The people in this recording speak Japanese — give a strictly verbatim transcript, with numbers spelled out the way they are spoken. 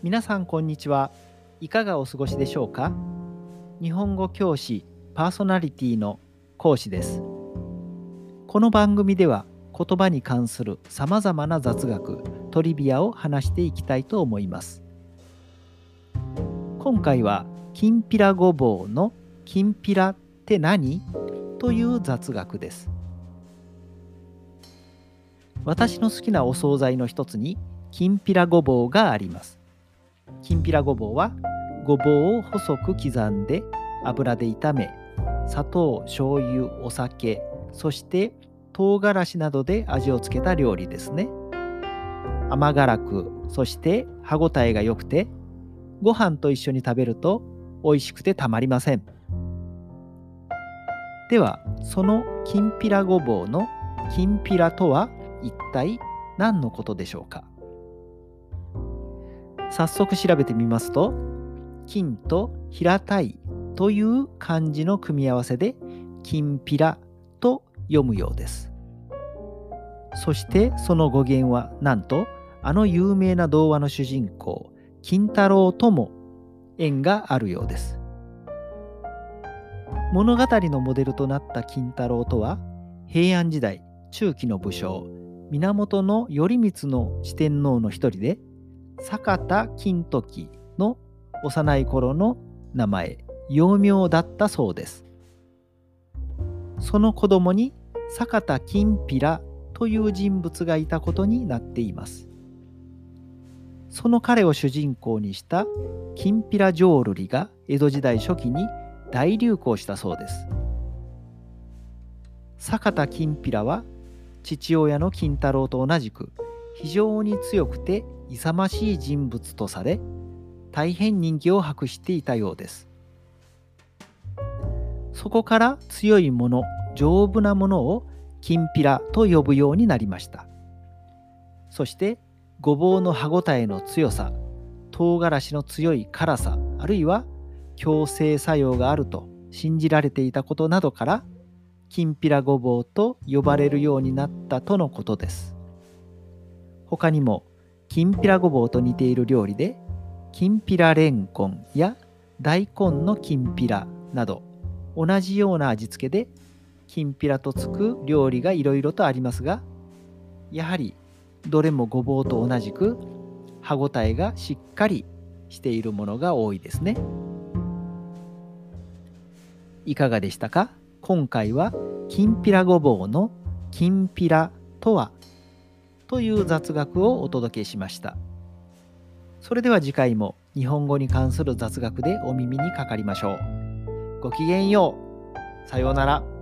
皆さんこんにちは。いかがお過ごしでしょうか？日本語教師パーソナリティの講師です。この番組では言葉に関するさまざまな雑学、トリビアを話していきたいと思います。今回はきんぴらごぼうのきんぴらって何？という雑学です。私の好きなお惣菜の一つにきんぴらごぼうがあります。きんぴらごぼうはごぼうを細く刻んで油で炒め、砂糖、醤油、お酒、そして唐辛子などで味をつけた料理ですね。甘辛く、そして歯ごたえが良くて、ご飯と一緒に食べると美味しくてたまりません。では、そのきんぴらごぼうのきんぴらとは一体何のことでしょうか？早速調べてみますと、金と平たいという漢字の組み合わせできんぴらと読むようです。そしてその語源はなんとあの有名な童話の主人公金太郎とも縁があるようです。物語のモデルとなった金太郎とは平安時代中期の武将源頼光の四天王の一人で、坂田金時の幼い頃の名前、幼名だったそうです。その子供に坂田金平という人物がいたことになっています。その彼を主人公にしたきんぴら浄瑠璃が江戸時代初期に大流行したそうです。坂田金平は父親の金太郎と同じく非常に強くて勇ましい人物とされ、大変人気を博していたようです。そこから強いもの、丈夫なものをきんぴらと呼ぶようになりました。そしてごぼうの歯ごたえの強さ、唐辛子の強い辛さ、あるいは矯正作用があると信じられていたことなどから、きんぴらごぼうと呼ばれるようになったとのことです。他にもきんぴらごぼうと似ている料理で、きんぴられんこんや大根のきんぴらなど、同じような味付けできんぴらとつく料理がいろいろとありますが、やはりどれもごぼうと同じく歯ごたえがしっかりしているものが多いですね。いかがでしたか？今回はきんぴらごぼうのきんぴらとはという雑学をお届けしました。それでは次回も日本語に関する雑学でお耳にかかりましょう。ごきげんよう。さようなら。